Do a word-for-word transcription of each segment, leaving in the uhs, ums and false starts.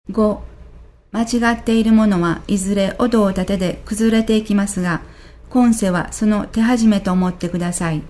ご、間違っているものはいずれ音を立てて崩れていきますが、今世はその手始めと思ってください。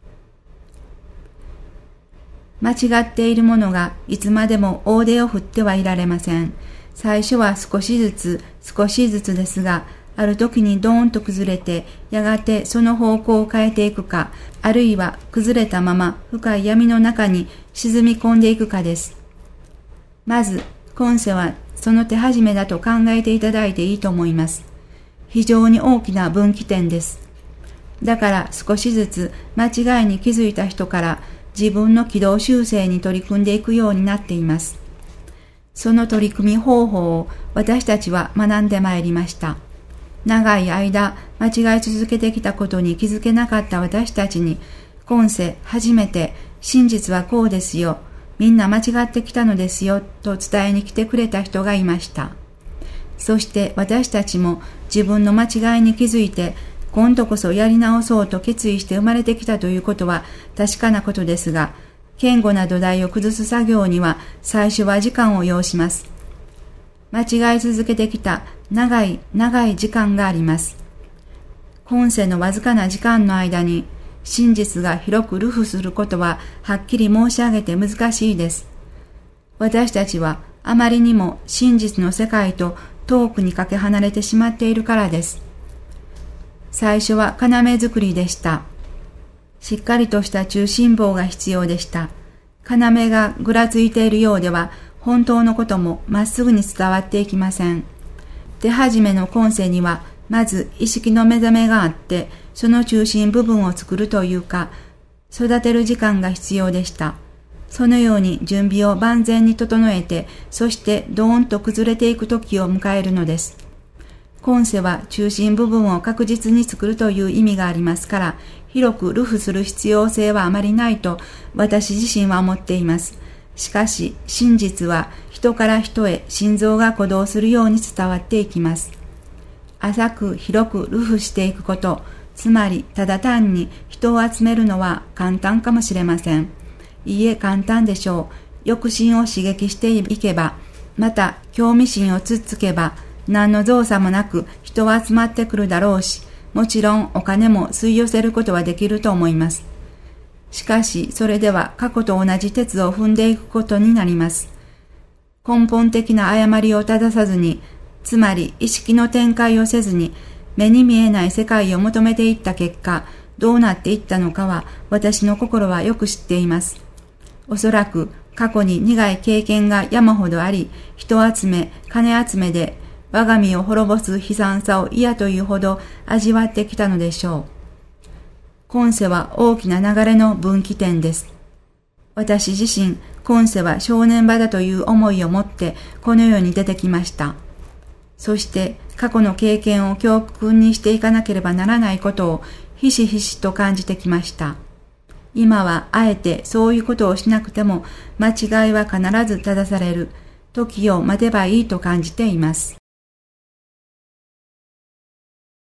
間違っているものがいつまでも大手を振ってはいられません。最初は少しずつ少しずつですが、ある時にドーンと崩れて、やがてその方向を変えていくか、あるいは崩れたまま深い闇の中に沈み込んでいくかです。まず、今世はその手始めだと考えていただいていいと思います。非常に大きな分岐点です。だから少しずつ間違いに気づいた人から自分の軌道修正に取り組んでいくようになっています。その取り組み方法を私たちは学んでまいりました。長い間間違い続けてきたことに気づけなかった私たちに、今世初めて真実はこうですよ、みんな間違ってきたのですよと伝えに来てくれた人がいました。そして私たちも自分の間違いに気づいて、今度こそやり直そうと決意して生まれてきたということは確かなことですが、堅固な土台を崩す作業には最初は時間を要します。間違い続けてきた長い長い時間があります。今世のわずかな時間の間に真実が広く流布することははっきり申し上げて難しいです。私たちはあまりにも真実の世界と遠くにかけ離れてしまっているからです。最初は要作りでした。しっかりとした中心棒が必要でした。要がぐらついているようでは、本当のこともまっすぐに伝わっていきません。手始めの今世には、まず意識の目覚めがあって、その中心部分を作るというか、育てる時間が必要でした。そのように準備を万全に整えて、そしてドーンと崩れていく時を迎えるのです。今世は中心部分を確実に作るという意味がありますから、広く流布する必要性はあまりないと私自身は思っています。しかし、真実は人から人へ心臓が鼓動するように伝わっていきます。浅く広く流布していくこと、つまりただ単に人を集めるのは簡単かもしれません。いいえ、簡単でしょう。欲心を刺激していけば、また興味心をつっつけば、何の造作もなく人は集まってくるだろうし、もちろんお金も吸い寄せることはできると思います。しかし、それでは過去と同じ鉄を踏んでいくことになります。根本的な誤りを正さずに、つまり意識の展開をせずに、目に見えない世界を求めていった結果、どうなっていったのかは私の心はよく知っています。おそらく過去に苦い経験が山ほどあり、人集め、金集めで我が身を滅ぼす悲惨さを嫌というほど味わってきたのでしょう。今世は大きな流れの分岐点です。私自身、今世は正念場だという思いを持ってこの世に出てきました。そして過去の経験を教訓にしていかなければならないことをひしひしと感じてきました。今はあえてそういうことをしなくても間違いは必ず正される。時を待てばいいと感じています。